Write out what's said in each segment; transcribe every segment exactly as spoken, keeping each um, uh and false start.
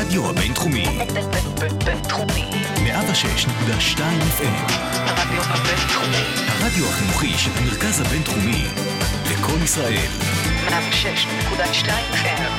הרדיו הבינתחומי. בינתחומי. מאה ושש נקודה שתיים אף אם. הרדיו הבינתחומי. הרדיו החינוכי של המרכז הבינתחומי. לקום ישראל. מאה ושש נקודה שתיים אף אם.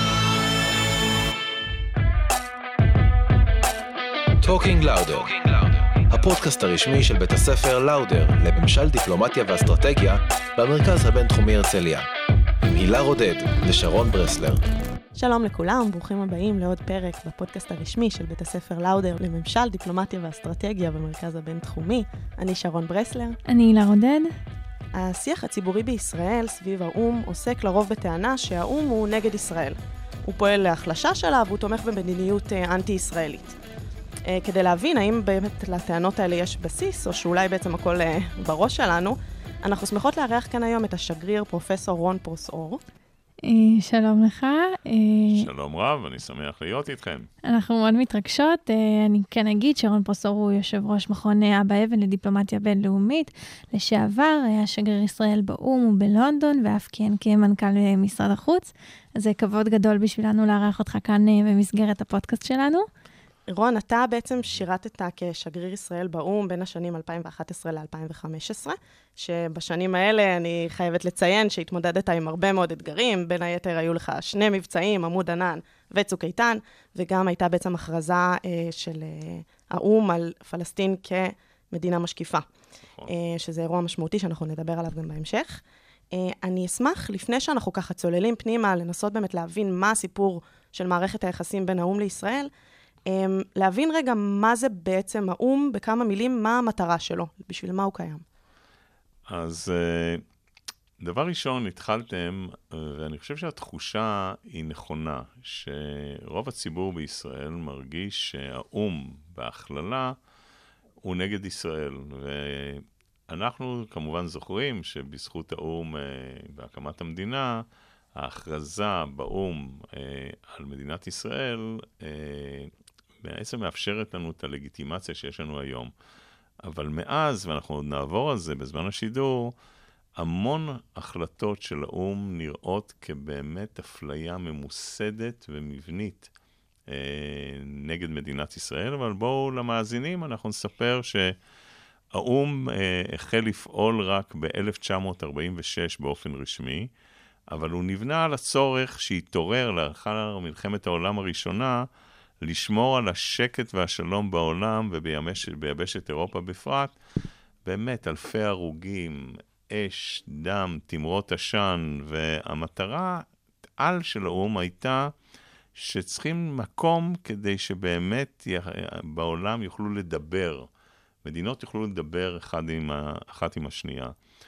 Talking Louder, הפודקאסט הרשמי של בית הספר לאודר לממשל דיפלומטיה ואסטרטגיה במרכז הבינתחומי הרצליה. עם הילה רודד ושרון ברסלר. שלום לכולם, ברוכים הבאים לעוד פרק בפודקאסט הרשמי של בית הספר לאודר לממשל דיפלומטיה ואסטרטגיה במרכז הבינתחומי. אני שרון ברסלר. אני הילה רודד. השיח הציבורי בישראל סביב האום עוסק לרוב בטענה שהאום הוא נגד ישראל. הוא פועל להחלשה שלה והוא תומך במדיניות אנטי-ישראלית. כדי להבין האם באמת לטענות האלה יש בסיס, או שאולי בעצם הכל בראש שלנו, אנחנו שמחות לארח כאן היום את השגריר פרופסור רון פרוסאור. שלום לך. שלום רב, אני שמח להיות איתכם. אנחנו מאוד מתרגשות. אני כן אגיד שרון פרוסאור הוא יושב ראש מכון אבא אבן לדיפלומטיה בינלאומית. לשעבר היה שגריר ישראל באום ובלונדון, ואף כן כמנכ"ל משרד החוץ. אז זה כבוד גדול בשבילנו לארח אותך כאן במסגרת הפודקאסט שלנו. רון, אתה בעצם שירתת כשגריר ישראל באום בין השנים אלפיים ואחת עשרה ל-אלפיים וחמש עשרה, שבשנים האלה אני חייבת לציין שהתמודדת עם הרבה מאוד אתגרים, בין היתר היו לך שני מבצעים, עמוד ענן וצוק איתן, וגם הייתה בעצם הכרזה אה, של אה, האום על פלסטין כמדינה משקיפה, נכון. אה, שזה אירוע משמעותי שאנחנו נדבר עליו גם בהמשך. אה, אני אשמח, לפני שאנחנו ככה צוללים פנימה, לנסות באמת להבין מה הסיפור של מערכת היחסים בין האום לישראל, להבין רגע מה זה בעצם האום, בכמה מילים, מה המטרה שלו, בשביל מה הוא קיים. אז דבר ראשון, התחלתם, ואני חושב שהתחושה היא נכונה, שרוב הציבור בישראל מרגיש שהאום בהכללה הוא נגד ישראל, ואנחנו כמובן זוכרים שבזכות האום בהקמת המדינה, ההכרזה באום על מדינת ישראל בעצם מאפשרת לנו את הלגיטימציה שיש לנו היום. אבל מאז, ואנחנו עוד נעבור על זה בזמן השידור, המון החלטות של האום נראות כבאמת אפליה ממוסדת ומבנית אה, נגד מדינת ישראל, אבל בואו למאזינים, אנחנו נספר שהאום אה, החל לפעול רק ב-אלף תשע מאות ארבעים ושש באופן רשמי, אבל הוא נבנה על הצורך שהתעורר לאחר מלחמת העולם הראשונה, לשמור על השקט והשלום בעולם וביבשת אירופה בפרט, באמת אלפי הרוגים, אש, דם, תמרות עשן, והמטרה על של האום הייתה שצריכים מקום כדי שבאמת בעולם יוכלו לדבר, מדינות יוכלו לדבר אחד עם ה, אחת עם השנייה.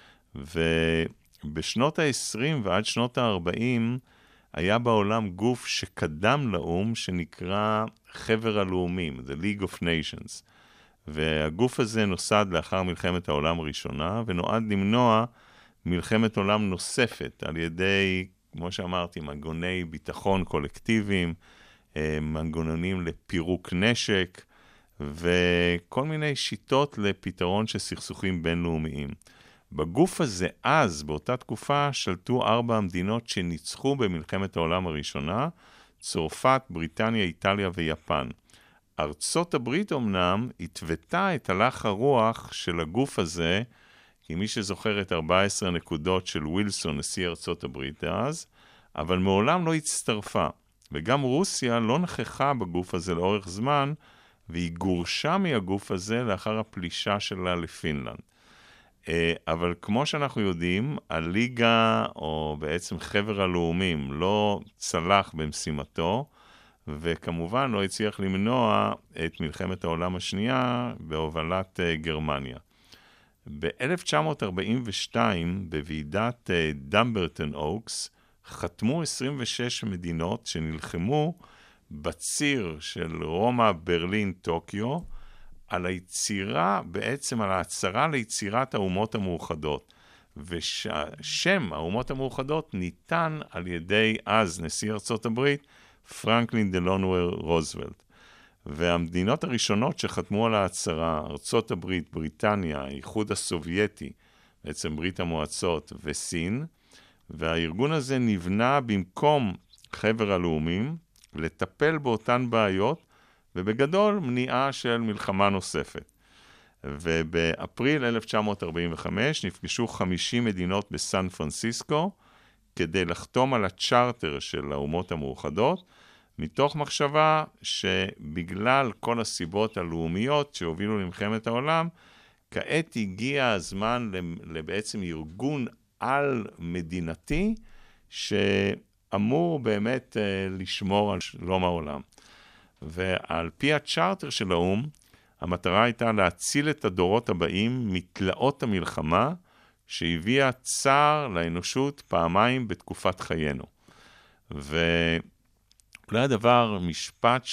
ובשנות ה-עשרים ועד שנות ה-ארבעים, היה בעולם גוף שקדם לאום שנקרא חבר הלאומים, The League of Nations. והגוף הזה נוסד לאחר מלחמת העולם הראשונה, ונועד למנוע מלחמת עולם נוספת על ידי, כמו שאמרתי, מנגנוני ביטחון קולקטיביים, מנגנונים לפירוק נשק, וכל מיני שיטות לפתרון של סכסוכים בינלאומיים. בגוף הזה אז, באותה תקופה, שלטו ארבע המדינות שניצחו במלחמת העולם הראשונה, צרפת, בריטניה, איטליה ויפן. ארצות הברית אמנם התוותה את הלך הרוח של הגוף הזה, כי מי שזוכר את ארבע עשרה נקודות של ווילסון, נשיא ארצות הברית אז, אבל מעולם לא הצטרפה. וגם רוסיה לא נכחה בגוף הזה לאורך זמן, והיא גורשה מהגוף הזה לאחר הפלישה שלה לפינלנד. אבל כמו שאנחנו יודעים, הליגה, או בעצם חבר הלאומים, לא צלח במשימתו, וכמובן לא הצליח למנוע את מלחמת העולם השנייה בהובלת גרמניה. ב-אלף תשע מאות ארבעים ושתיים, בוועידת דמברטון אוקס, חתמו עשרים ושש מדינות שנלחמו בציר של רומא, ברלין, טוקיו, על היצירה, בעצם על ההצהרה ליצירת האומות המאוחדות. ושם האומות המאוחדות ניתן על ידי אז נשיא ארצות הברית, פרנקלין דלאנו רוזוולט. והמדינות הראשונות שחתמו על ההצהרה, ארצות הברית, בריטניה, האיחוד הסובייטי, בעצם ברית המועצות וסין, והארגון הזה נבנה במקום חבר הלאומים לטפל באותן בעיות, ובגדול מניעה של מלחמה נוספת. ובאפריל אלף תשע מאות ארבעים וחמש נפגשו חמישים מדינות בסן פרנסיסקו, כדי לחתום על הצ'ארטר של האומות המאוחדות, מתוך מחשבה שבגלל כל הסיבות הלאומיות שהובילו למלחמת העולם, כעת הגיע הזמן לבעצם ארגון על מדינתי, שאמור באמת לשמור על שלום העולם. ועל פי הצ'ארטר של האום, המטרה הייתה להציל את הדורות הבאים מתלאות המלחמה, שהביאה צער לאנושות פעמיים בתקופת חיינו. ואולי הדבר, משפט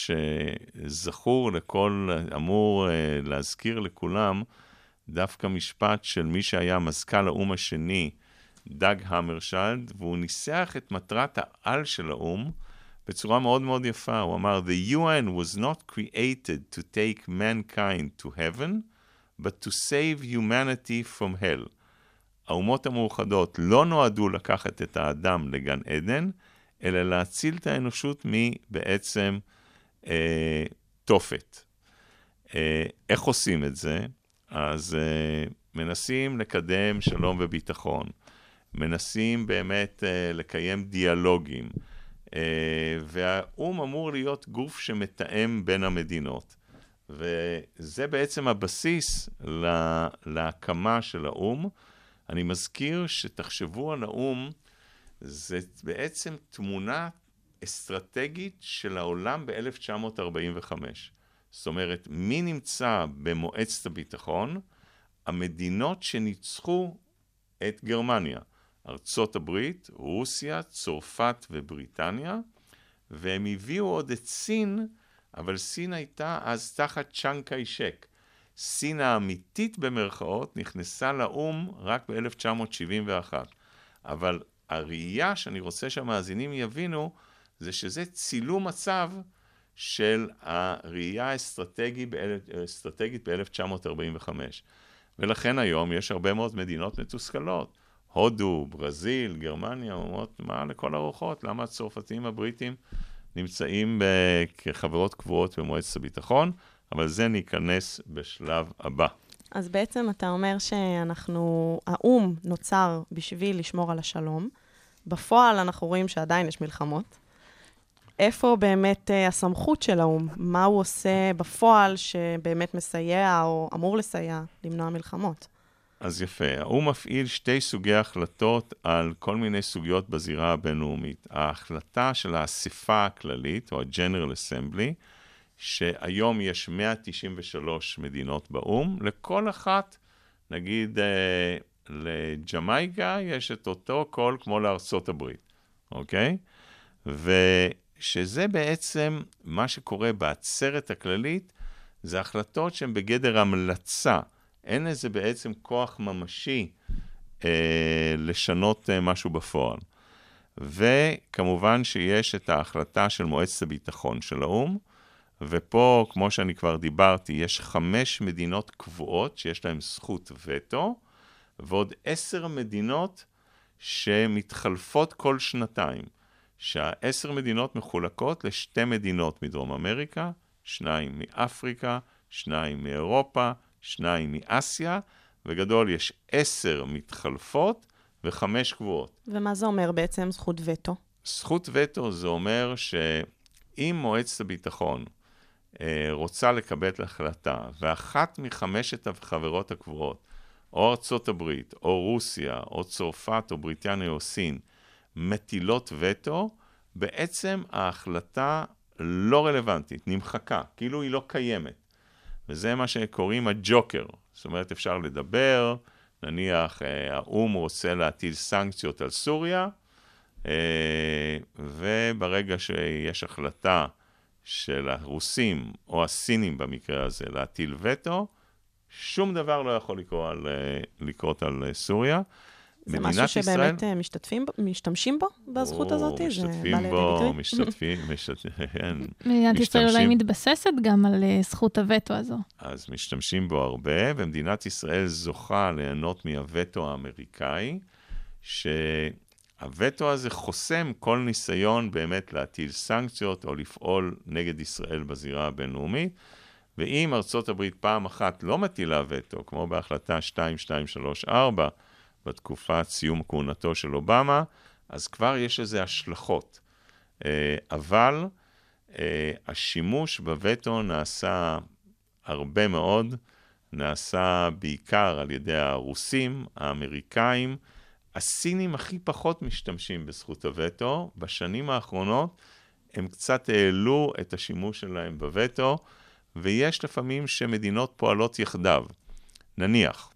שזכור לכל, אמור להזכיר לכולם, דווקא משפט של מי שהיה מזכ"ל האום השני, דאג המרשלד, והוא ניסח את מטרת העל של האום בצורה מאוד מאוד יפה. הוא אמר, The U N was not created to take mankind to heaven, but to save humanity from hell. האומות המאוחדות לא נועדו לקחת את האדם לגן עדן, אלא להציל את האנושות מבעצם אה, תופת. אה, איך עושים את זה? אז אה, מנסים לקדם שלום וביטחון, מנסים באמת אה, לקיים דיאלוגים, אה, והאום אמור להיות גוף שמתאם בין המדינות. וזה בעצם הבסיס לה, להקמה של האום. אני מזכיר שתחשבו על האום, זה בעצם תמונה אסטרטגית של העולם ב-אלף תשע מאות ארבעים וחמש. זאת אומרת, מי נמצא במועצת הביטחון? המדינות שניצחו את גרמניה. ארצות הברית, רוסיה, צרפת ובריטניה, והם הביאו עוד את סין, אבל סין הייתה אז תחת צ'אנג קאי-שק. סין האמיתית במרכאות נכנסה לאום רק ב-אלף תשע מאות שבעים ואחת. אבל הראייה שאני רוצה שהמאזינים יבינו, זה שזה צילום מצב של הראייה האסטרטגית ב-אלף תשע מאות ארבעים וחמש. ולכן היום יש הרבה מאוד מדינות מתוסכלות. הודו, ברזיל, גרמניה, אומרות, מה לכל הרוחות? למה הצרפתים הבריטים נמצאים כחברות קבועות במועצת הביטחון? אבל זה ניכנס בשלב הבא. אז בעצם אתה אומר שאנחנו, האום נוצר בשביל לשמור על השלום. בפועל אנחנו רואים שעדיין יש מלחמות. איפה באמת הסמכות של האום? מה הוא עושה בפועל שבאמת מסייע או אמור לסייע למנוע מלחמות? אז יפה. האום מפעיל שתי סוגי החלטות על כל מיני סוגיות בזירה הבינלאומית. ההחלטה של האספה הכללית, או ה-General Assembly, שהיום יש מאה תשעים ושלוש מדינות באום, לכל אחת, נגיד אה, לג'מייקה, יש את אותו קול כמו לארצות הברית, אוקיי? ושזה בעצם מה שקורה בעצרת הכללית, זה החלטות שהן בגדר המלצה, אין איזה בעצם כוח ממשי אה, לשנות אה, משהו בפועל. וכמובן שיש את ההחלטה של מועצת הביטחון של האום, ופה, כמו שאני כבר דיברתי, יש חמש מדינות קבועות שיש להן זכות וטו, ועוד עשר מדינות שמתחלפות כל שנתיים. שהעשר מדינות מחולקות לשתי מדינות מדרום אמריקה, שניים מאפריקה, שניים מאירופה, שניים מאסיה, וגדול יש עשר מתחלפות וחמש קבועות. ומה זה אומר בעצם זכות וטו? זכות וטו זה אומר שאם מועצת הביטחון רוצה לקבל החלטה, ואחת מחמשת החברות הקבועות, או ארצות הברית, או רוסיה, או צרפת, או בריטניה, או סין, מטילות וטו, בעצם ההחלטה לא רלוונטית, נמחקה, כאילו היא לא קיימת. וזה מה שקוראים הג'וקר. זאת אומרת, אפשר לדבר, נניח, האום רוצה להטיל סנקציות על סוריה, וברגע שיש החלטה של הרוסים או הסינים במקרה הזה להטיל וטו, שום דבר לא יכול לקרות על, לקרות על סוריה. זה משהו שבאמת ישראל... משתתפים, משתמשים בו בזכות או, הזאת? משתתפים זה בו, משתתפים, משתתפים, מדינת ישראל אולי מתבססת גם על זכות הווטו הזו. אז משתמשים בו הרבה, ומדינת ישראל זוכה ליהנות מהווטו האמריקאי, הווטו הזה חוסם כל ניסיון באמת להטיל סנקציות או לפעול נגד ישראל בזירה הבינלאומית, ואם ארצות הברית פעם אחת לא מטילה וטו, כמו בהחלטה שתיים שתיים שלוש ארבע, בתקופת סיום כהונתו של אובמה, אז כבר יש לזה השלכות. אבל השימוש בווטו נעשה הרבה מאוד, נעשה בעיקר על ידי הרוסים, האמריקאים, הסינים הכי פחות משתמשים בזכות הווטו, בשנים האחרונות הם קצת העלו את השימוש שלהם בווטו, ויש לפעמים שמדינות פועלות יחדיו. נניח,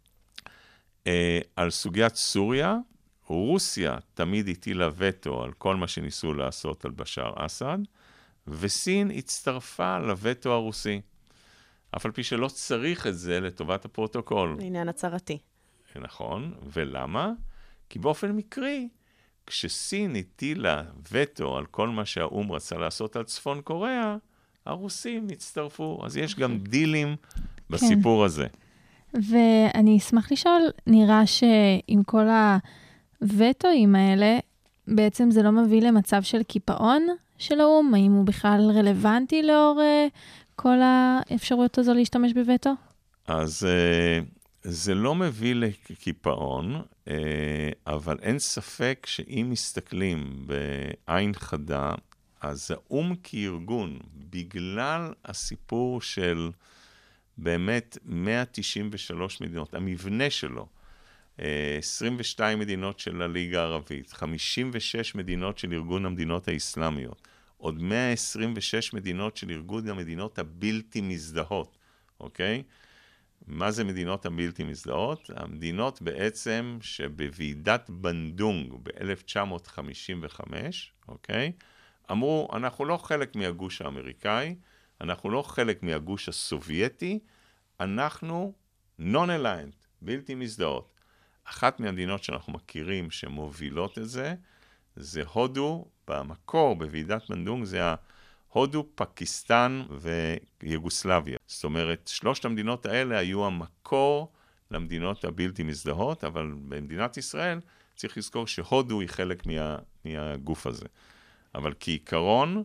אה, על סוגיית סוריה, רוסיה תמיד הטילה וטו על כל מה שניסו לעשות על בשאר אסד, וסין הצטרפה לווטו הרוסי. אף על פי שלא צריך את זה לטובת הפרוטוקול. לעניין הצהרתי. נכון, ולמה? כי באופן מקרי, כשסין הטילה וטו על כל מה שהאום רצה לעשות על צפון קוריאה, הרוסים הצטרפו. אז יש גם דילים בסיפור כן. הזה. ואני אשמח לשאול, נראה שעם כל הווטואים האלה, בעצם זה לא מביא למצב של קיפאון של האום? האם הוא בכלל רלוונטי לאור uh, כל האפשרויות הזו להשתמש בווטו? אז uh, זה לא מביא לקיפאון, uh, אבל אין ספק שאם מסתכלים בעין חדה, אז האום כארגון, בגלל הסיפור של באמת מאה תשעים ושלוש מדינות, המבנה שלו, עשרים ושתיים מדינות של הליגה הערבית, חמישים ושש מדינות של ארגון המדינות האסלאמיות, עוד מאה עשרים ושש מדינות של ארגון המדינות הבלתי מזדהות, אוקיי? מה זה מדינות הבלתי מזדהות? המדינות בעצם שבוועידת בנדונג ב-אלף תשע מאות חמישים וחמש, אוקיי? אמרו, אנחנו לא חלק מהגוש האמריקאי, אנחנו לא חלק מהגוש הסובייטי, אנחנו non-aligned, בלתי מזדהות. אחת מהמדינות שאנחנו מכירים שמובילות את זה, זה הודו, במקור, בוועידת בנדונג, זה הודו, פקיסטן ויוגוסלביה. זאת אומרת, שלושת המדינות האלה היו המקור למדינות הבלתי מזדהות, אבל במדינת ישראל צריך לזכור שהודו היא חלק מה, מהגוף הזה. אבל כעיקרון,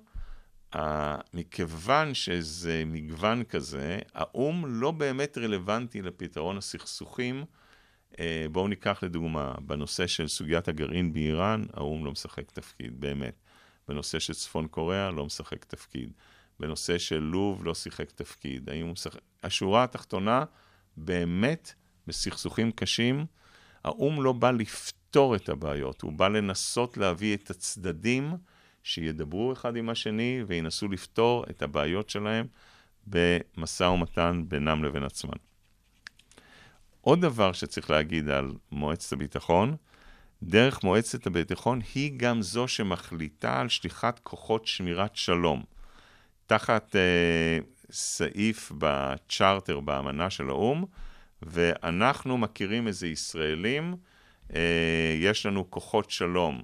מכיוון שזה מגוון כזה, האום לא באמת רלוונטי לפתרון הסכסוכים. בואו ניקח לדוגמה, בנושא של סוגיית הגרעין באיראן, האום לא משחק תפקיד, באמת. בנושא של צפון קוריאה, לא משחק תפקיד. בנושא של לוב, לא שיחק תפקיד. משחק... השורה התחתונה, באמת, בסכסוכים קשים, האום לא בא לפתור את הבעיות, הוא בא לנסות להביא את הצדדים, שידברו אחד עם השני וינסו לפתור את הבעיות שלהם במשא ומתן בינם לבין עצמם. עוד דבר שצריך להגיד על מועצת הביטחון, דרך מועצת הביטחון היא גם זו שמחליטה על שליחת כוחות שמירת שלום. תחת אה, סעיף בצ'ארטר, באמנה של האום, ואנחנו מכירים איזה ישראלים, אה, יש לנו כוחות שלום,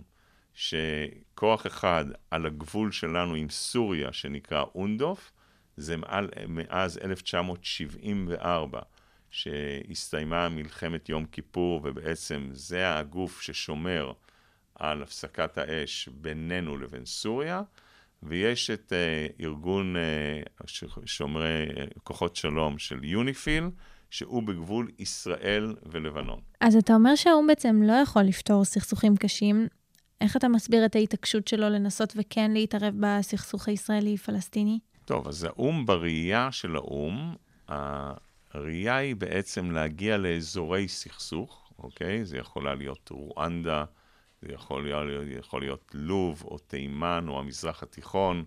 שכוח אחד על הגבול שלנו עם סוריה, שנקרא אונדוף, זה מעל, מאז אלף תשע מאות שבעים וארבע, שהסתיימה מלחמת יום כיפור, ובעצם זה הגוף ששומר על הפסקת האש בינינו לבין סוריה, ויש את uh, ארגון uh, שומרי uh, כוחות שלום של יוניפיל, שהוא בגבול ישראל ולבנון. אז אתה אומר שהאום בעצם לא יכול לפתור סכסוכים קשים, איך אתה מסביר את ההתעקשות שלו לנסות וכן להתערב בסכסוך הישראלי-פלסטיני? טוב, אז האום בראייה של האום, הראייה היא בעצם להגיע לאזורי סכסוך, אוקיי? זה יכולה להיות רואנדה, זה יכול להיות, יכול להיות לוב או תימן או המזרח התיכון,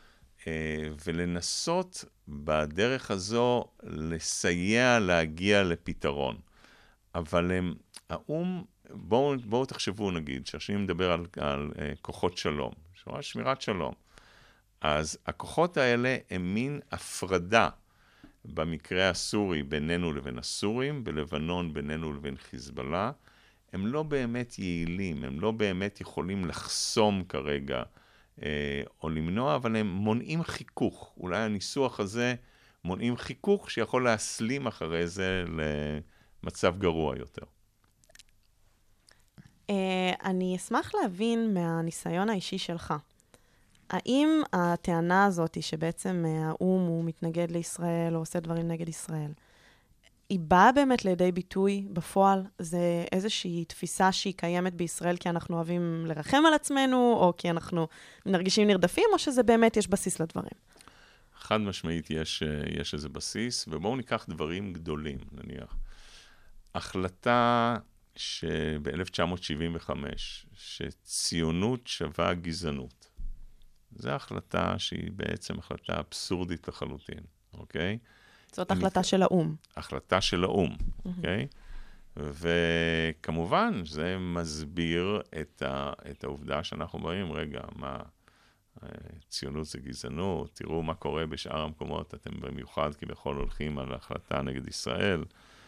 ולנסות בדרך הזו לסייע להגיע לפתרון. אבל הם, האום, בואו, בואו תחשבו נגיד, שאני מדבר על, על uh, כוחות שלום, שמירת שלום. אז הכוחות האלה הם מין הפרדה במקרה הסורי בינינו לבין הסורים, בלבנון בינינו לבין חיזבאללה. הם לא באמת יעילים, הם לא באמת יכולים לחסום כרגע אה, או למנוע, אבל הם מונעים חיכוך. אולי הניסוח הזה מונעים חיכוך שיכול להסלים אחרי זה למצב גרוע יותר. אני אשמח להבין מהניסיון האישי שלך. האם הטענה הזאת שבעצם האום הוא מתנגד לישראל או עושה דברים נגד ישראל, היא באה באמת לידי ביטוי בפועל? זה איזושהי תפיסה שהיא קיימת בישראל כי אנחנו אוהבים לרחם על עצמנו, או כי אנחנו נרגישים נרדפים, או שזה באמת יש בסיס לדברים? חד משמעית יש, יש איזה בסיס, ובואו ניקח דברים גדולים, נניח. החלטה שב-אלף תשע מאות שבעים וחמש, שציונות שווה גזענות. זו החלטה שהיא בעצם החלטה אבסורדית לחלוטין, אוקיי? זאת החלטה של האום. החלטה של האום, אוקיי? וכמובן, זה מסביר את, ה, את העובדה שאנחנו באים, רגע, מה, ציונות זה גזענות, תראו מה קורה בשאר המקומות, אתם במיוחד כביכול הולכים על החלטה נגד ישראל.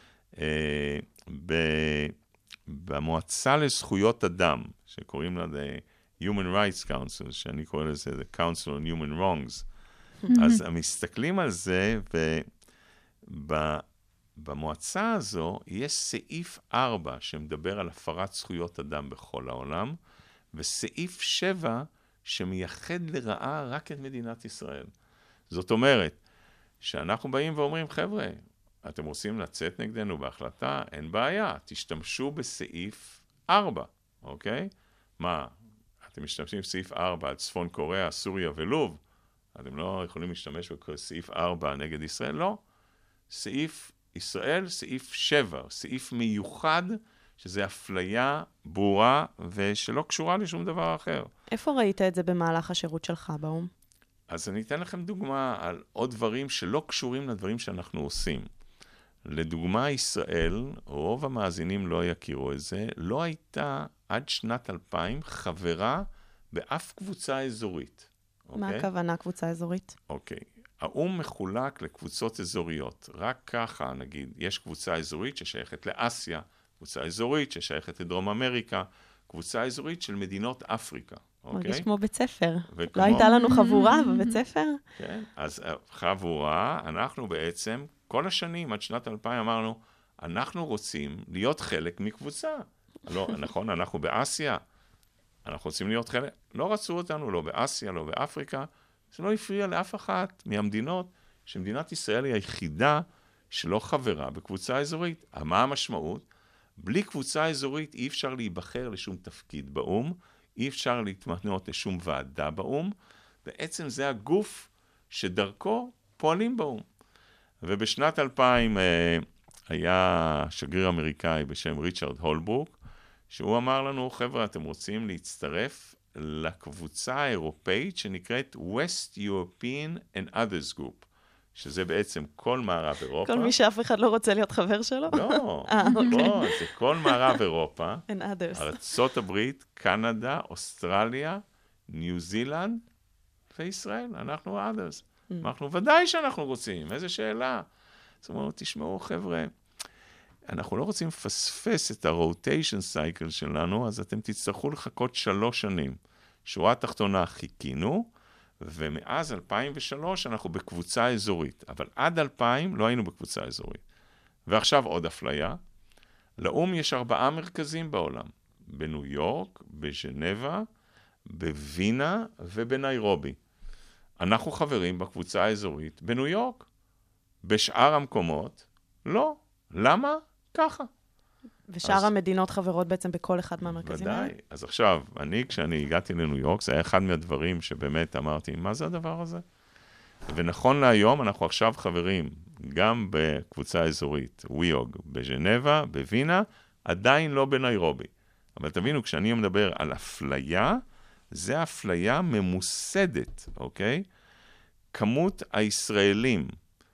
ב, במועצה לזכויות אדם, שקוראים לה The Human Rights Council, שאני קורא לזה The Council on Human Wrongs, אז הם מסתכלים על זה, ובמועצה הזו יש סעיף ארבע שמדבר על הפרת זכויות אדם בכל העולם, וסעיף שבע שמייחד לרעה רק את מדינת ישראל. זאת אומרת, שאנחנו באים ואומרים, חבר'ה, אתם רוצים לצאת נגדנו בהחלטה? אין בעיה, תשתמשו בסעיף ארבע, אוקיי? מה, אתם משתמשים בסעיף ארבע על צפון קוריאה, סוריה ולוב? אתם לא יכולים להשתמש בסעיף ארבע נגד ישראל? לא. סעיף ישראל, סעיף שבע, סעיף מיוחד, שזה אפליה ברורה ושלא קשורה לשום דבר אחר. איפה ראית את זה במהלך השירות שלך באום? אז אני אתן לכם דוגמה על עוד דברים שלא קשורים לדברים שאנחנו עושים. לדוגמה, ישראל, רוב המאזינים לא יכירו את זה, לא הייתה עד שנת אלפיים חברה באף קבוצה אזורית. מה הכוונה קבוצה אזורית? אוקיי. האום מחולק לקבוצות אזוריות. רק ככה, נגיד, יש קבוצה אזורית ששייכת לאסיה, קבוצה אזורית ששייכת לדרום אמריקה, קבוצה אזורית של מדינות אפריקה. מרגיש כמו בית ספר. לא הייתה לנו חבורה בבית ספר? כן, אז חבורה, אנחנו בעצם, כל השנים, עד שנת אלפיים, אמרנו, אנחנו רוצים להיות חלק מקבוצה. לא, נכון, אנחנו באסיה, אנחנו רוצים להיות חלק, לא רצו אותנו, לא באסיה, לא באפריקה, זה לא הפריע לאף אחת מהמדינות, שמדינת ישראל היא היחידה שלא חברה בקבוצה אזורית. מה המשמעות? בלי קבוצה אזורית אי אפשר להיבחר לשום תפקיד באום, אי אפשר להתמנות לשום ועדה באום, בעצם זה הגוף שדרכו פועלים באום. ובשנת אלפיים אה, היה שגריר אמריקאי בשם ריצ'רד הולברוק, שהוא אמר לנו, חבר'ה, אתם רוצים להצטרף לקבוצה האירופאית שנקראת West European and Others Group, שזה בעצם כל מערב אירופה. כל מי שאף אחד לא רוצה להיות חבר שלו? לא, לא, זה כל מערב אירופה, and others. ארצות הברית, קנדה, אוסטרליה, ניו זילנד וישראל, אנחנו others. אנחנו ודאי שאנחנו רוצים, איזה שאלה. זאת אומרת, תשמעו חבר'ה, אנחנו לא רוצים לפספס את הרוטיישן סייקל שלנו, אז אתם תצטרכו לחכות שלוש שנים. שורה תחתונה חיכינו, ומאז אלפיים ושלוש אנחנו בקבוצה אזורית. אבל עד אלפיים לא היינו בקבוצה אזורית. ועכשיו עוד אפליה. לאום יש ארבעה מרכזים בעולם. בניו יורק, בז'נבה, בווינה ובניירובי. אנחנו חברים בקבוצה האזורית בניו יורק. בשאר המקומות, לא. למה? ככה. ושאר אז, המדינות חברות בעצם בכל אחד מהמרכזים האלה? ודאי. אז עכשיו, אני, כשאני הגעתי לניו יורק, זה היה אחד מהדברים שבאמת אמרתי, מה זה הדבר הזה? ונכון להיום, אנחנו עכשיו חברים, גם בקבוצה האזורית, וויוג, בז'נבה, בווינה, עדיין לא בניירובי. אבל תבינו, כשאני מדבר על אפליה, זה אפליה ממוסדת, אוקיי? כמות הישראלים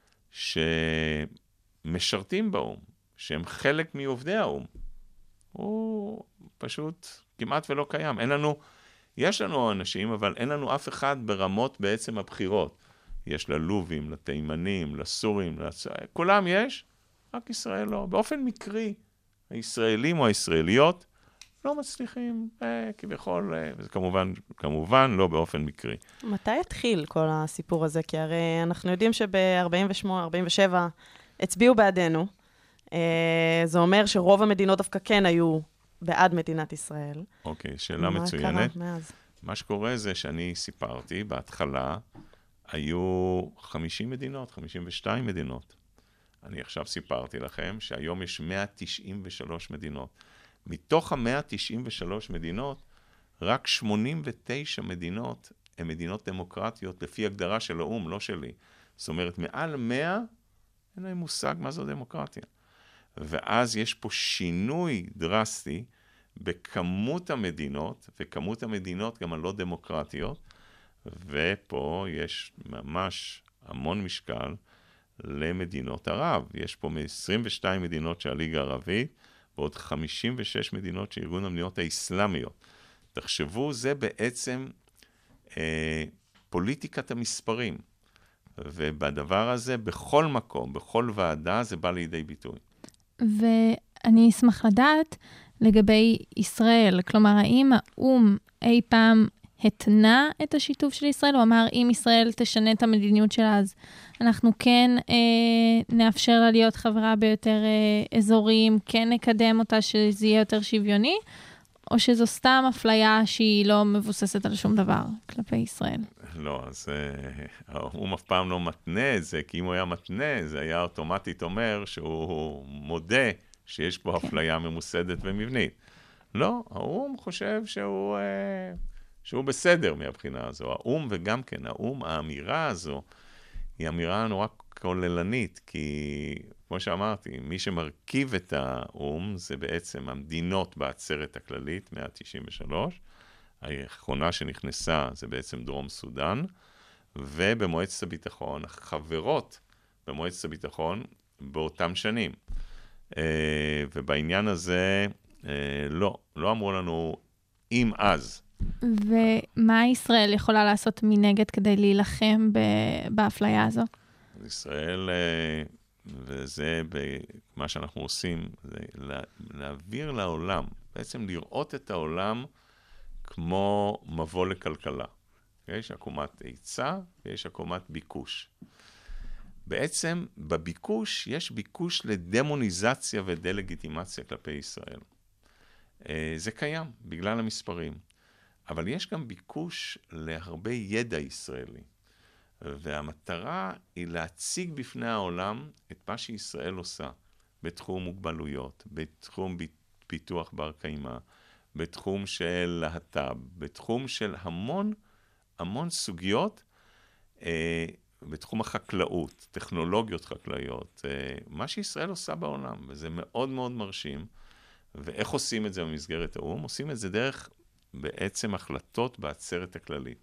שמשרתים באום, שהם חלק מעובדי האום, הוא פשוט כמעט ולא קיים. אין לנו, יש לנו אנשים, אבל אין לנו אף אחד ברמות בעצם הבחירות. יש ללובים, לתימנים, לסורים, לצ... כולם יש, רק ישראל לא. באופן מקרי, הישראלים או הישראליות לא מצליחים, אה, כביכול, אה, וזה כמובן, כמובן לא באופן מקרי. מתי התחיל כל הסיפור הזה? כי הרי אנחנו יודעים שב-ארבעים ושמונה ארבעים ושבע הצביעו בעדנו, זה אומר שרוב המדינות דווקא כן היו בעד מדינת ישראל. אוקיי, שאלה מה מצוינת. קרה מאז? מה שקורה זה שאני סיפרתי, בהתחלה היו חמישים מדינות, חמישים ושתיים מדינות. אני עכשיו סיפרתי לכם שהיום יש מאה תשעים ושלוש מדינות. מתוך ה-מאה תשעים ושלוש מדינות, רק שמונים ותשע מדינות הן מדינות דמוקרטיות, לפי הגדרה של האום, לא שלי. זאת אומרת, מעל מאה, אין להם מושג מה זו דמוקרטיה. ואז יש פה שינוי דרסטי בכמות המדינות, וכמות המדינות גם הלא דמוקרטיות, ופה יש ממש המון משקל למדינות ערב. יש פה מ-עשרים ושתיים מדינות של הליגה הערבית, ועוד חמישים ושש מדינות של ארגון המדינות האסלאמיות. תחשבו, זה בעצם אה, פוליטיקת המספרים. ובדבר הזה, בכל מקום, בכל ועדה, זה בא לידי ביטוי. ואני אשמח לדעת לגבי ישראל, כלומר, האם האום אי פעם התנה את השיתוף של ישראל, הוא אמר, אם ישראל תשנה את המדיניות שלה, אז אנחנו כן אה, נאפשר לה להיות חברה ביותר אה, אזורים, כן נקדם אותה שזה יהיה יותר שוויוני, או שזו סתם אפליה שהיא לא מבוססת על שום דבר כלפי ישראל? לא, אז האום אף פעם לא מתנה את זה, כי אם הוא היה מתנה, זה היה אוטומטית אומר שהוא מודה שיש פה כן. אפליה ממוסדת ומבנית. לא, האום חושב שהוא... אה, שהוא בסדר מהבחינה הזו. האום וגם כן, האום, האמירה הזו, היא אמירה נורא כוללנית, כי כמו שאמרתי, מי שמרכיב את האום זה בעצם המדינות בעצרת הכללית, מאה תשעים ושלוש, האחרונה שנכנסה זה בעצם דרום סודן, ובמועצת הביטחון, החברות במועצת הביטחון באותם שנים. ובעניין הזה, לא, לא אמרו לנו אם אז, ומה ישראל יכולה לעשות מנגד כדי להילחם באפליה הזו? ישראל, וזה מה שאנחנו עושים, זה להעביר לעולם, בעצם לראות את העולם כמו מבוא לכלכלה. יש עקומת היצע ויש עקומת ביקוש. בעצם בביקוש יש ביקוש לדמוניזציה ודלגיטימציה כלפי ישראל. זה קיים בגלל המספרים. אבל יש גם ביקוש להרבה ידע ישראלי. והמטרה היא להציג בפני העולם את מה שישראל עושה בתחום מוגבלויות, בתחום פיתוח בר קיימא, בתחום של להט"ב, בתחום של המון, המון סוגיות, אה, בתחום החקלאות, טכנולוגיות חקלאיות, אה, מה שישראל עושה בעולם, וזה מאוד מאוד מרשים. ואיך עושים את זה במסגרת האום? עושים את זה דרך בעצם החלטות בעצרת הכללית.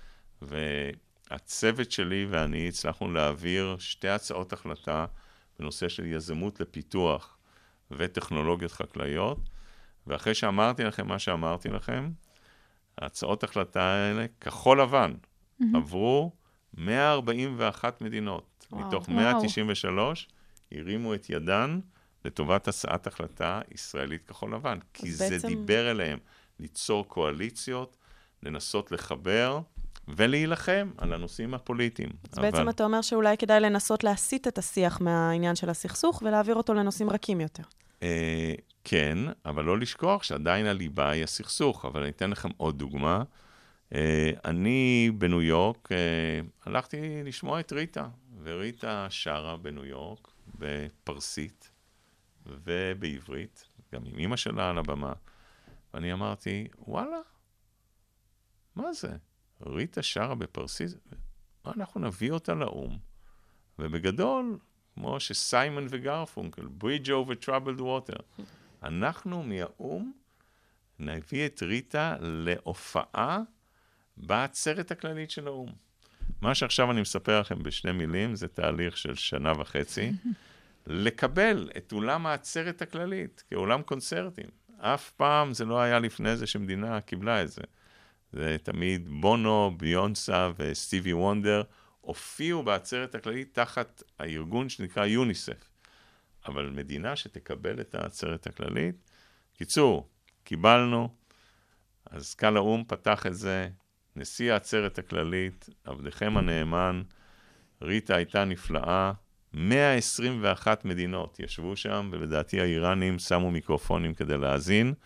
והצוות שלי ואני הצלחנו להעביר שתי הצעות החלטה בנושא של יזמות לפיתוח וטכנולוגיות חקלאיות, ואחרי שאמרתי לכם מה שאמרתי לכם, ההצעות החלטה האלה, כחול לבן, mm-hmm. עברו מאה ארבעים ואחת מדינות. וואו, מתוך וואו. מאה תשעים ושלוש, הרימו את ידן לטובת הצעת החלטה ישראלית כחול לבן. כי זה בעצם... דיבר אליהם. ליצור קואליציות, לנסות לחבר ולהילחם על הנושאים הפוליטיים. אז אבל... בעצם אתה אומר שאולי כדאי לנסות להסיט את השיח מהעניין של הסכסוך ולהעביר אותו לנושאים רכים יותר. אה, כן, אבל לא לשכוח שעדיין הליבה היא הסכסוך. אבל אני אתן לכם עוד דוגמה. אה, אני בניו יורק אה, הלכתי לשמוע את ריטה, וריטה שרה בניו יורק בפרסית ובעברית, גם עם אמא שלה על הבמה. ואני אמרתי, וואלה, מה זה? ריטה שרה בפרסית, אנחנו נביא אותה לאום, ובגדול, כמו שסיימון וגרפונקל, Bridge over Troubled Water, אנחנו מהאום נביא את ריטה להופעה בעצרת הכללית של האום. מה שעכשיו אני מספר לכם בשני מילים, זה תהליך של שנה וחצי, לקבל את אולם העצרת הכללית, כאולם קונצרטים. אף פעם זה לא היה לפני זה שמדינה קיבלה את זה. זה תמיד בונו, ביונסה וסטיבי וונדר הופיעו בעצרת הכללית תחת הארגון שנקרא יוניסף. אבל מדינה שתקבל את העצרת הכללית, קיצור, קיבלנו, אז קהל האום פתח את זה, נשיא העצרת הכללית, עבדכם הנאמן, ריטה הייתה נפלאה, מאה עשרים ואחת מדינות ישבו שם, ולדעתי האיראנים שמו מיקרופונים כדי להאזין,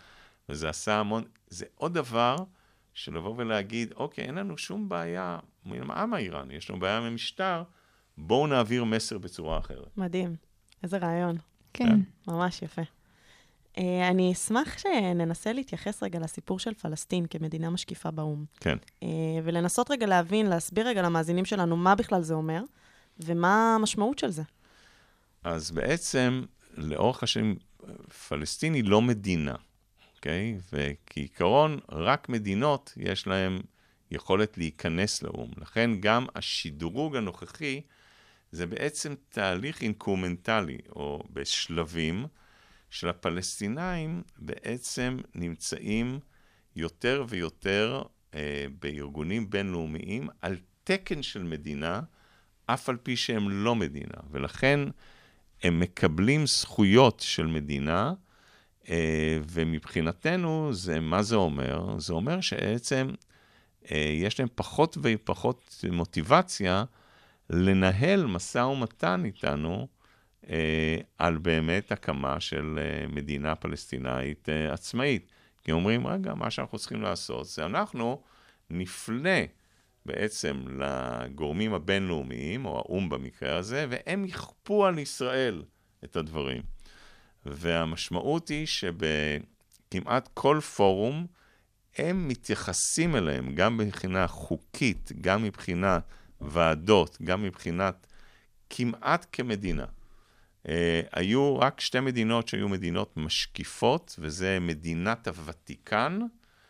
וזה עשה המון, זה עוד דבר של לבוא ולהגיד, אוקיי, אין לנו שום בעיה עם העם האיראני, יש לנו בעיה עם המשטר, בואו נעביר מסר בצורה אחרת. מדהים, איזה רעיון. כן. ממש יפה. Uh, אני אשמח שננסה להתייחס רגע לסיפור של פלסטין כמדינה משקיפה באום. כן. Uh, ולנסות רגע להבין, להסביר רגע למאזינים שלנו מה בכלל זה אומר, ומה המשמעות של זה. אז בעצם, לאורך השנים, פלסטין היא לא מדינה, אוקיי? וכעיקרון, רק מדינות יש להן יכולת להיכנס לאום. לכן גם השדרוג הנוכחי, זה בעצם תהליך אינקרומנטלי, או בשלבים, של הפלסטינאים בעצם נמצאים יותר ויותר אה, בארגונים בינלאומיים על תקן של מדינה, אף על פי שהם לא מדינה. ולכן הם מקבלים זכויות של מדינה, אה, ומבחינתנו, זה, מה זה אומר? זה אומר שבעצם אה, יש להם פחות ופחות מוטיבציה לנהל משא ומתן איתנו, על באמת הקמה של מדינה פלסטינאית עצמאית. כי אומרים, רגע, מה שאנחנו צריכים לעשות, זה אנחנו נפנה בעצם לגורמים הבינלאומיים, או האום במקרה הזה, והם יכפו על ישראל את הדברים. והמשמעות היא שבכמעט כל פורום, הם מתייחסים אליהם, גם מבחינה חוקית, גם מבחינת ועדות, גם מבחינת כמעט כמדינה. Uh, היו רק שתי מדינות שהיו מדינות משקיפות, וזה מדינת הוותיקן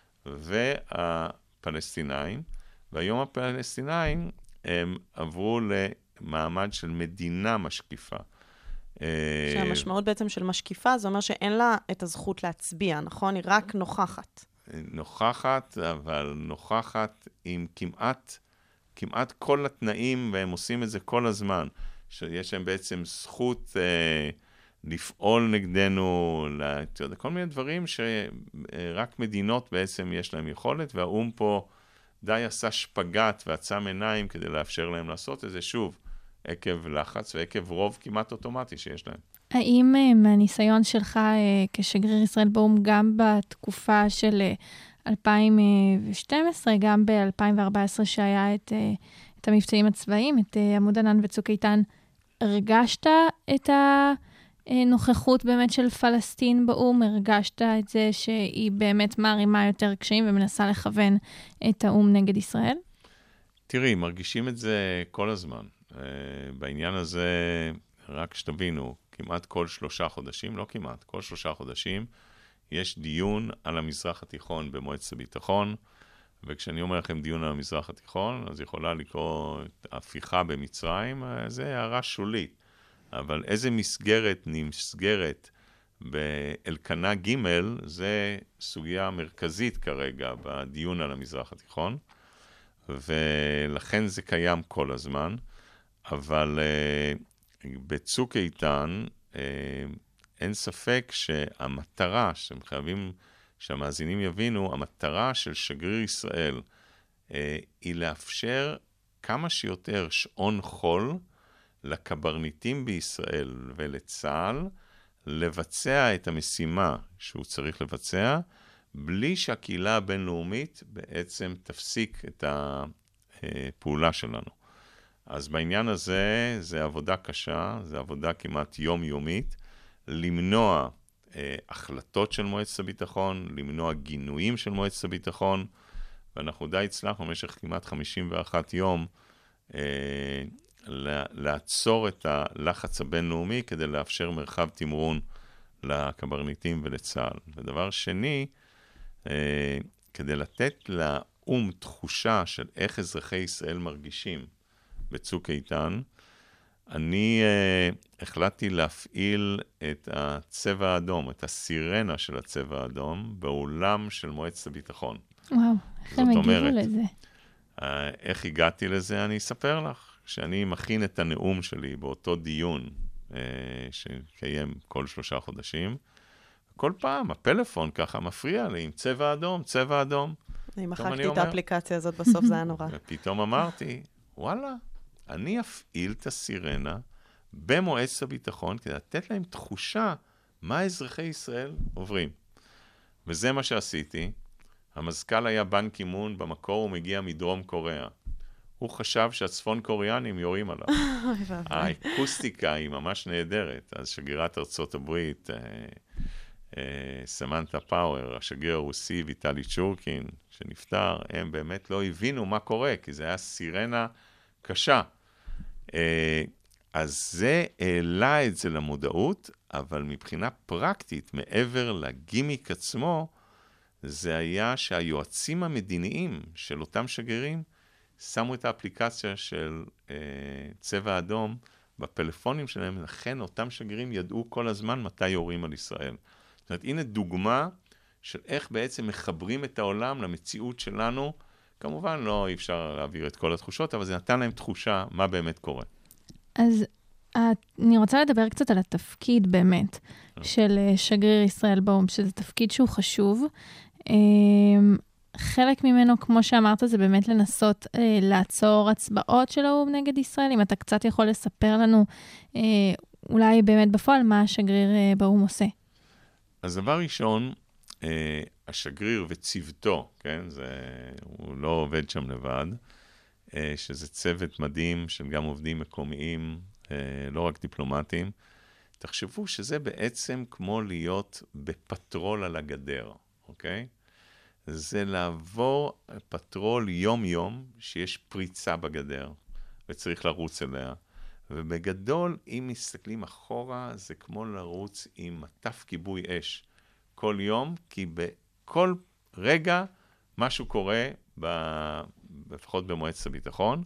והפלסטינאים, והיום הפלסטינאים הם עברו למעמד של מדינה משקיפה. שהמשמעות בעצם של משקיפה, זה אומר שאין לה את הזכות להצביע, נכון? היא רק נוכחת. נוכחת, אבל נוכחת עם כמעט, כמעט כל התנאים, והם עושים את זה כל הזמן. שיש להם בעצם זכות אה, לפעול נגדנו, לת... כל מיני דברים שרק מדינות בעצם יש להם יכולת, והאום פה די עשה שפגת ועצם עיניים כדי לאפשר להם לעשות את זה שוב, עקב לחץ ועקב רוב כמעט אוטומטי שיש להם. האם מהניסיון שלך כשגריר ישראל באום, גם בתקופה של אלפיים ושתים עשרה, גם ב-אלפיים וארבע עשרה שהיה את... את המבצעים הצבאיים, את עמוד ענן וצוק איתן, הרגשת את הנוכחות באמת של פלסטין באום? הרגשת את זה שהיא באמת מערימה יותר קשיים ומנסה לכוון את האום נגד ישראל? תראי, מרגישים את זה כל הזמן. בעניין הזה, רק שתבינו, כמעט כל שלושה חודשים, לא כמעט, כל שלושה חודשים, יש דיון על המזרח התיכון במועצת הביטחון, וכשאני אומר לכם דיון על המזרח התיכון, אז יכולה לקרוא את ההפיכה במצרים, זה הערה שולית. אבל איזה מסגרת נסגרת באלקנה ג' זה סוגיה מרכזית כרגע בדיון על המזרח התיכון, ולכן זה קיים כל הזמן. אבל uh, בצוק איתן, uh, אין ספק שהמטרה שהם חייבים... שהמאזינים יבינו, המטרה של שגריר ישראל אה, היא לאפשר כמה שיותר שעון חול לקברניטים בישראל ולצה"ל לבצע את המשימה שהוא צריך לבצע, בלי שהקהילה הבינלאומית בעצם תפסיק את הפעולה שלנו. אז בעניין הזה, זה עבודה קשה, זה עבודה כמעט יומיומית, למנוע החלטות של מועצת הביטחון, למנוע גינויים של מועצת הביטחון, ואנחנו די הצלחנו במשך כמעט חמישים ואחד יום אה, לעצור את הלחץ הבינלאומי כדי לאפשר מרחב תמרון לקברניטים ולצה"ל. ודבר שני, אה, כדי לתת לאום תחושה של איך אזרחי ישראל מרגישים בצוק איתן, אני uh, החלטתי להפעיל את הצבע האדום, את הסירנה של הצבע האדום, באולם של מועצת הביטחון. וואו, איך הם הגיבו לזה? Uh, איך הגעתי לזה? אני אספר לך. שאני מכין את הנאום שלי באותו דיון uh, שקיים כל שלושה חודשים, כל פעם הפלאפון ככה מפריע לי עם צבע אדום, צבע אדום. אני מחקתי את האפליקציה הזאת, בסוף זה היה נורא. ופתאום אמרתי, וואלה, אני אפעיל את הסירנה במועצת הביטחון, כדי לתת להם תחושה מה אזרחי ישראל עוברים. וזה מה שעשיתי. המזכ"ל היה בן קימון, במקור הוא מגיע מדרום קוריאה. הוא חשב שהצפון קוריאנים יורים עליו. האקוסטיקה היא ממש נהדרת. אז שגרירת ארצות הברית, אה, אה, סמנטה פאוור, השגריר הרוסי ויטלי צ'ורקין, שנפטר, הם באמת לא הבינו מה קורה, כי זה היה סירנה קשה. אה, אז זה העלה את זה למודעות, אבל מבחינה פרקטית, מעבר לגימיק עצמו, זה היה שהיועצים המדיניים של אותם שגרירים, שמו את האפליקציה של אה, צבע אדום בפלאפונים שלהם, לכן אותם שגרירים ידעו כל הזמן מתי יורים על ישראל. זאת אומרת, הנה דוגמה של איך בעצם מחברים את העולם למציאות שלנו. כמובן לא אי אפשר להעביר את כל התחושות, אבל זה נתן להם תחושה מה באמת קורה. אז אני רוצה לדבר קצת על התפקיד באמת של שגריר ישראל באום, שזה תפקיד שהוא חשוב. חלק ממנו, כמו שאמרת, זה באמת לנסות אה, לעצור הצבעות של האום נגד ישראל. אם אתה קצת יכול לספר לנו, אה, אולי באמת בפועל, מה השגריר אה, באום עושה. אז דבר ראשון, אה, השגריר וצוותו, כן, זה, הוא לא עובד שם לבד, אה, שזה צוות מדהים של גם עובדים מקומיים, אה, לא רק דיפלומטיים. תחשבו שזה בעצם כמו להיות בפטרול על הגדר, אוקיי? זה לעבור פטרול יום-יום שיש פריצה בגדר, וצריך לרוץ אליה. ובגדול, אם מסתכלים אחורה, זה כמו לרוץ עם מטף כיבוי אש. כל יום, כי בכל רגע משהו קורה, ב... לפחות במועצת הביטחון,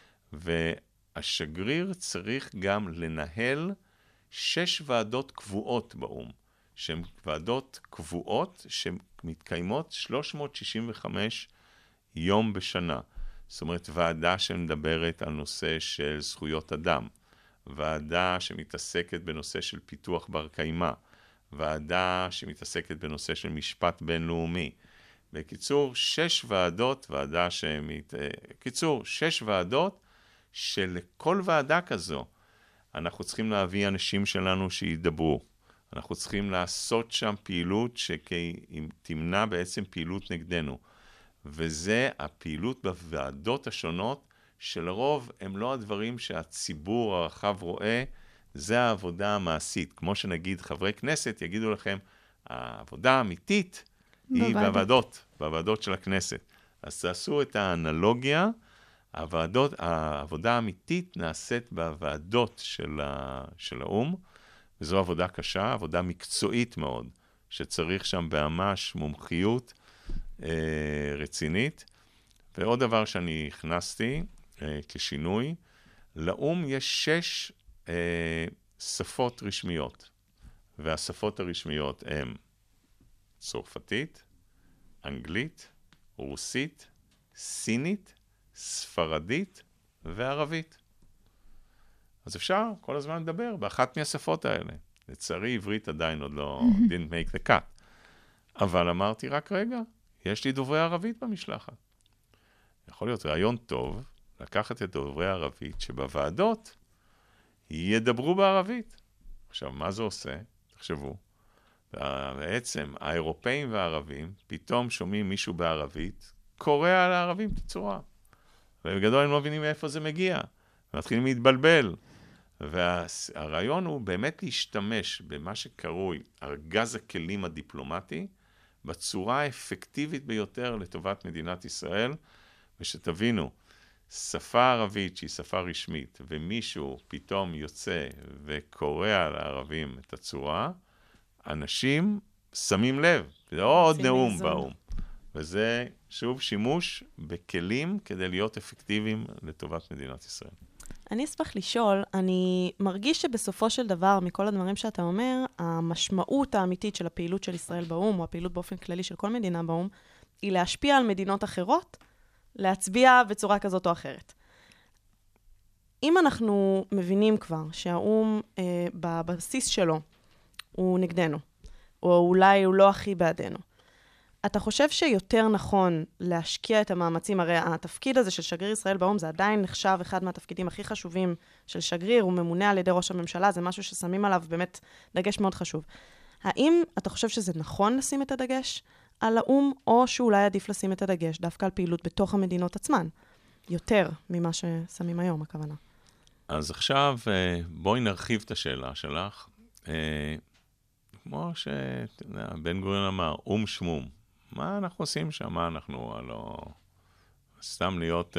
והשגריר צריך גם לנהל שש ועדות קבועות באום. שהן ועדות קבועות שמתקיימות שלוש מאות שישים וחמש יום בשנה. זאת אומרת, ועדה שמדברת על נושא של זכויות אדם, ועדה שמתעסקת בנושא של פיתוח בר קיימא, ועדה שמתעסקת בנושא של משפט בינלאומי. בקיצור, שש ועדות, ועדה שמת... קיצור, שש ועדות שלכל ועדה כזו אנחנו צריכים להביא אנשים שלנו שידברו. אנחנו צריכים לעשות שם פעילות שתמנע בעצם פעילות נגדנו. וזה הפעילות בוועדות השונות, שלרוב הם לא הדברים שהציבור הרחב רואה, זה העבודה המעשית. כמו שנגיד חברי כנסת יגידו לכם, העבודה האמיתית היא בוועדות, בוועדות של הכנסת. אז תעשו את האנלוגיה, הוועדות, העבודה האמיתית נעשית בוועדות של, ה, של האום, וזו עבודה קשה, עבודה מקצועית מאוד, שצריך שם ממש מומחיות אה, רצינית. ועוד דבר שאני הכנסתי אה, כשינוי, לאום יש שש אה, שפות רשמיות, והשפות הרשמיות הן צרפתית, אנגלית, רוסית, סינית, ספרדית וערבית. אז אפשר כל הזמן לדבר באחת מהשפות האלה. לצערי, עברית עדיין עוד לא didn't make the cut. אבל אמרתי רק רגע, יש לי דוברי ערבית במשלחת. יכול להיות רעיון טוב לקחת את דוברי הערבית שבוועדות ידברו בערבית. עכשיו, מה זה עושה? תחשבו. בעצם האירופאים והערבים פתאום שומעים מישהו בערבית, קורא על הערבים תצורה. ובגדול הם לא מבינים מאיפה זה מגיע. ומתחילים להתבלבל. והרעיון הוא באמת להשתמש במה שקרוי ארגז הכלים הדיפלומטי, בצורה האפקטיבית ביותר לטובת מדינת ישראל, ושתבינו, שפה ערבית שהיא שפה רשמית, ומישהו פתאום יוצא וקורא על הערבים את הצורה, אנשים שמים לב, זה לא עוד נאום באום. וזה שוב שימוש בכלים כדי להיות אפקטיביים לטובת מדינת ישראל. אני אשמח לשאול, אני מרגיש שבסופו של דבר, מכל הדברים שאתה אומר, המשמעות האמיתית של הפעילות של ישראל באום, או הפעילות באופן כללי של כל מדינה באום, היא להשפיע על מדינות אחרות, להצביע בצורה כזאת או אחרת. אם אנחנו מבינים כבר שהאום אה, בבסיס שלו הוא נגדנו, או אולי הוא לא הכי בעדנו, אתה חושב שיותר נכון להשקיע את המאמצים, הרי התפקיד הזה של שגריר ישראל באום, זה עדיין נחשב אחד מהתפקידים הכי חשובים של שגריר, הוא ממונה על ידי ראש הממשלה, זה משהו ששמים עליו באמת דגש מאוד חשוב. האם אתה חושב שזה נכון לשים את הדגש על האום, או שאולי עדיף לשים את הדגש דווקא על פעילות בתוך המדינות עצמן, יותר ממה ששמים היום, הכוונה. אז עכשיו בואי נרחיב את השאלה שלך. כמו שבן גוריון אמר, אום שמום. מה אנחנו עושים שם? מה אנחנו, הלא... סתם להיות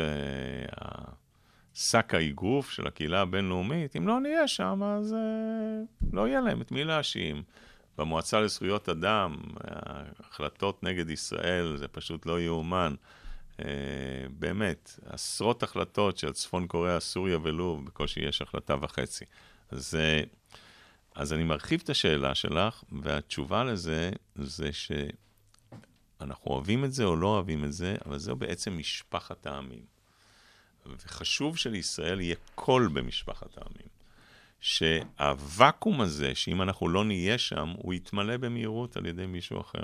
שק האגרוף של הקהילה הבינלאומית, אם לא נהיה שם, אז לא יהיה להם את מי להאשים. במועצה לזכויות אדם, החלטות נגד ישראל, זה פשוט לא יאומן. באמת, עשרות החלטות של צפון קוריאה, סוריה ולוב, בקושי יש החלטה וחצי. אז, אז אני מרחיב את השאלה שלך, והתשובה לזה זה שאנחנו אוהבים את זה או לא אוהבים את זה, אבל זהו בעצם משפחת העמים. וחשוב שלישראל יהיה קול במשפחת העמים. שהוואקום הזה, שאם אנחנו לא נהיה שם, הוא יתמלא במהירות על ידי מישהו אחר.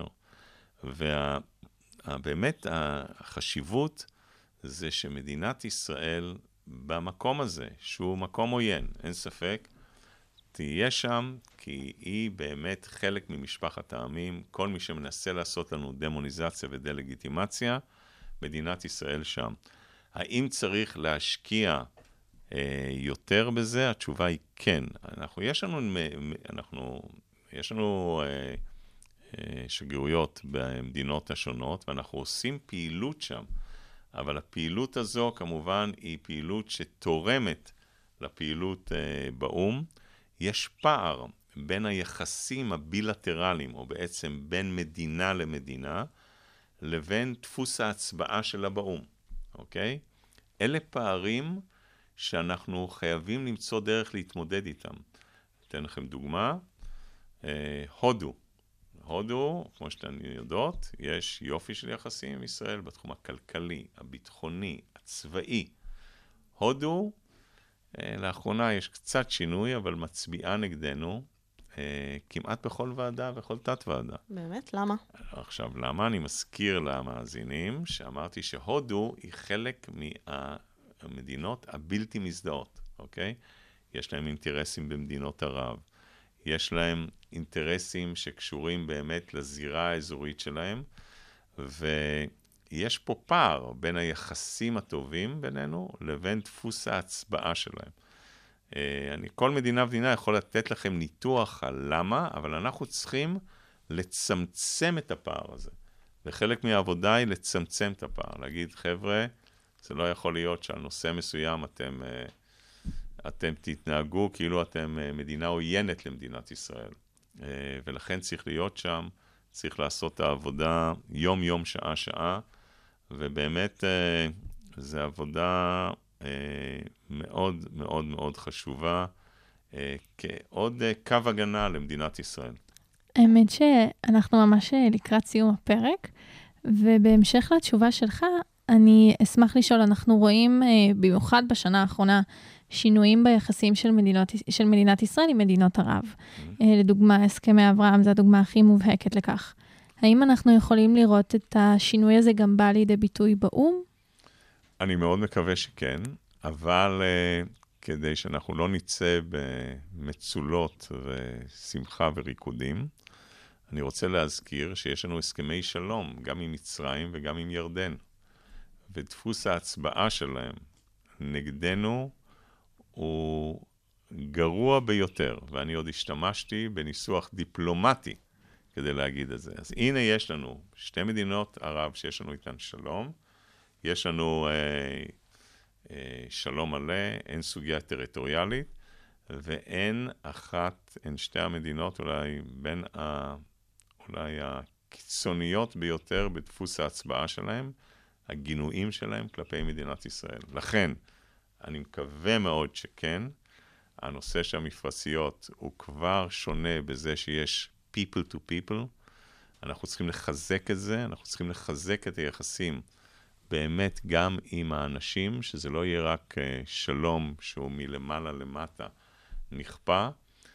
ובאמת החשיבות זה שמדינת ישראל במקום הזה, שהוא מקום עוין, אין ספק, תהיה שם, כי היא באמת חלק ממשפחת העמים. כל מי שמנסה לעשות לנו דמוניזציה ודלגיטימציה, מדינת ישראל שם. האם צריך להשקיע יותר בזה? התשובה היא כן. אנחנו, יש לנו, אנחנו, יש לנו שגרירויות במדינות השונות, ואנחנו עושים פעילות שם, אבל הפעילות הזו כמובן היא פעילות שתורמת לפעילות באום. יש פער בין היחסים הבילטרליים, או בעצם בין מדינה למדינה, לבין דפוס ההצבעה שלה באום. אוקיי? אלה פערים שאנחנו חייבים למצוא דרך להתמודד איתם. אתן לכם דוגמה, אה, הודו. הודו, כמו שאתן יודעות, יש יופי של יחסים עם ישראל בתחום הכלכלי, הביטחוני, הצבאי. הודו, אה, לאחרונה יש קצת שינוי, אבל מצביעה נגדנו אה, כמעט בכל ועדה וכל תת ועדה. באמת? למה? עכשיו, למה? אני מזכיר למאזינים שאמרתי שהודו היא חלק מהמדינות הבלתי מזדהות, אוקיי? יש להם אינטרסים במדינות ערב, יש להם אינטרסים שקשורים באמת לזירה האזורית שלהם, ויש פה פער בין היחסים הטובים בינינו לבין דפוס ההצבעה שלהם. אני, כל מדינה ומדינה יכול לתת לכם ניתוח על למה, אבל אנחנו צריכים לצמצם את הפער הזה. וחלק מהעבודה היא לצמצם את הפער. להגיד, חבר'ה, זה לא יכול להיות שעל נושא מסוים אתם, אתם תתנהגו כאילו אתם מדינה עוינת למדינת ישראל. ולכן צריך להיות שם, צריך לעשות את העבודה יום-יום, שעה-שעה, ובאמת זו עבודה מאוד מאוד מאוד חשובה, כעוד קו הגנה למדינת ישראל. האמת שאנחנו ממש לקראת סיום הפרק, ובהמשך לתשובה שלך, אני אשמח לשאול, אנחנו רואים במיוחד בשנה האחרונה שינויים ביחסים של מדינות, של מדינת ישראל עם מדינות ערב. Mm-hmm. לדוגמה, הסכמי אברהם, זו הדוגמה הכי מובהקת לכך. האם אנחנו יכולים לראות את השינוי הזה גם בא לידי ביטוי באום? אני מאוד מקווה שכן, אבל uh, כדי שאנחנו לא ניצא במצולות ושמחה וריקודים, אני רוצה להזכיר שיש לנו הסכמי שלום, גם עם מצרים וגם עם ירדן. ודפוס ההצבעה שלהם נגדנו הוא גרוע ביותר, ואני עוד השתמשתי בניסוח דיפלומטי כדי להגיד את זה. אז הנה יש לנו שתי מדינות ערב שיש לנו איתן שלום, יש לנו אה, אה, שלום מלא, אין סוגיה טריטוריאלית, ואין אחת, אין שתי המדינות אולי בין ה, אולי הקיצוניות ביותר בדפוס ההצבעה שלהם, הגינויים שלהם כלפי מדינת ישראל. לכן, אני מקווה מאוד שכן, הנושא של המפרציות הוא כבר שונה בזה שיש people to people, אנחנו צריכים לחזק את זה, אנחנו צריכים לחזק את היחסים באמת גם עם האנשים, שזה לא יהיה רק שלום שהוא מלמעלה למטה נכפה,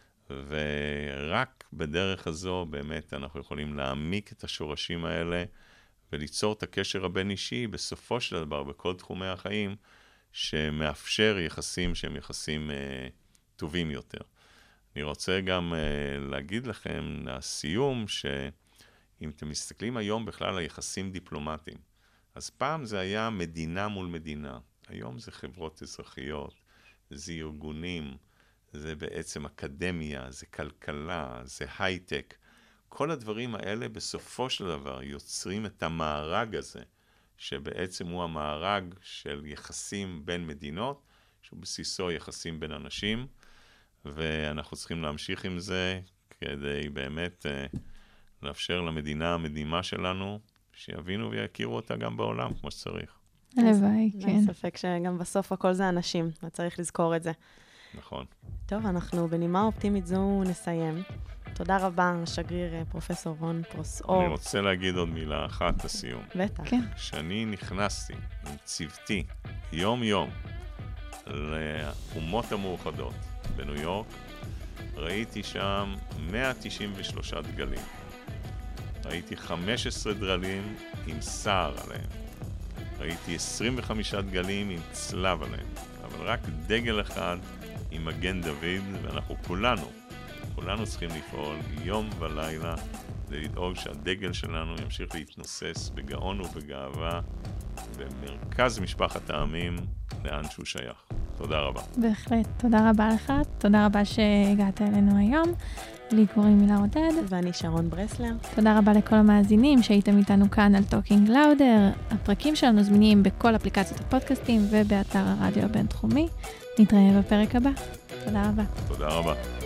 ורק בדרך הזו באמת אנחנו יכולים להעמיק את השורשים האלה, וליצור את הקשר הבין-אישי בסופו של דבר בכל תחומי החיים, שמאפשר יחסים שהם יחסים אה, טובים יותר. אני רוצה גם אה, להגיד לכם לסיום, אם אתם מסתכלים היום בכלל על יחסים דיפלומטיים, אז פעם זה היה מדינה מול מדינה, היום זה חברות אזרחיות, זה ארגונים, זה בעצם אקדמיה, זה כלכלה, זה הייטק. כל הדברים האלה בסופו של דבר יוצרים את המארג הזה, שבעצם הוא המארג של יחסים בין מדינות, שהוא בסיסו יחסים בין אנשים, ואנחנו צריכים להמשיך עם זה כדי באמת uh, לאפשר למדינה המדהימה שלנו, שיבינו ויכירו אותה גם בעולם כמו שצריך. הלוואי, כן. אין ספק שגם בסוף הכל זה אנשים, וצריך לזכור את זה. נכון. טוב, אנחנו בנימה אופטימית זו נסיים. תודה רבה לשגריר פרופסור רון פרוסאור. אני רוצה להגיד עוד מילה אחת לסיום. בטח. כן. כשאני נכנסתי עם צוותי יום-יום לאומות המאוחדות בניו יורק, ראיתי שם מאה תשעים ושלושה דגלים. ראיתי חמישה עשר דגלים עם סער עליהם. ראיתי עשרים וחמישה דגלים עם צלב עליהם. אבל רק דגל אחד עם מגן דוד, ואנחנו כולנו, כולנו צריכים לפעול יום ולילה לדאוג שהדגל שלנו ימשיך להתנוסס בגאון ובגאווה במרכז משפחת העמים לאן שהוא שייך. תודה רבה. בהחלט, תודה רבה לך, תודה רבה שהגעת אלינו היום. לי קוראים מילה עודד. ואני שרון ברסלר. תודה רבה לכל המאזינים שהייתם איתנו כאן על Talking Louder. הפרקים שלנו זמינים בכל אפליקציות הפודקאסטים ובאתר הרדיו הבינתחומי. נתראה בפרק הבא. תודה רבה. תודה רבה.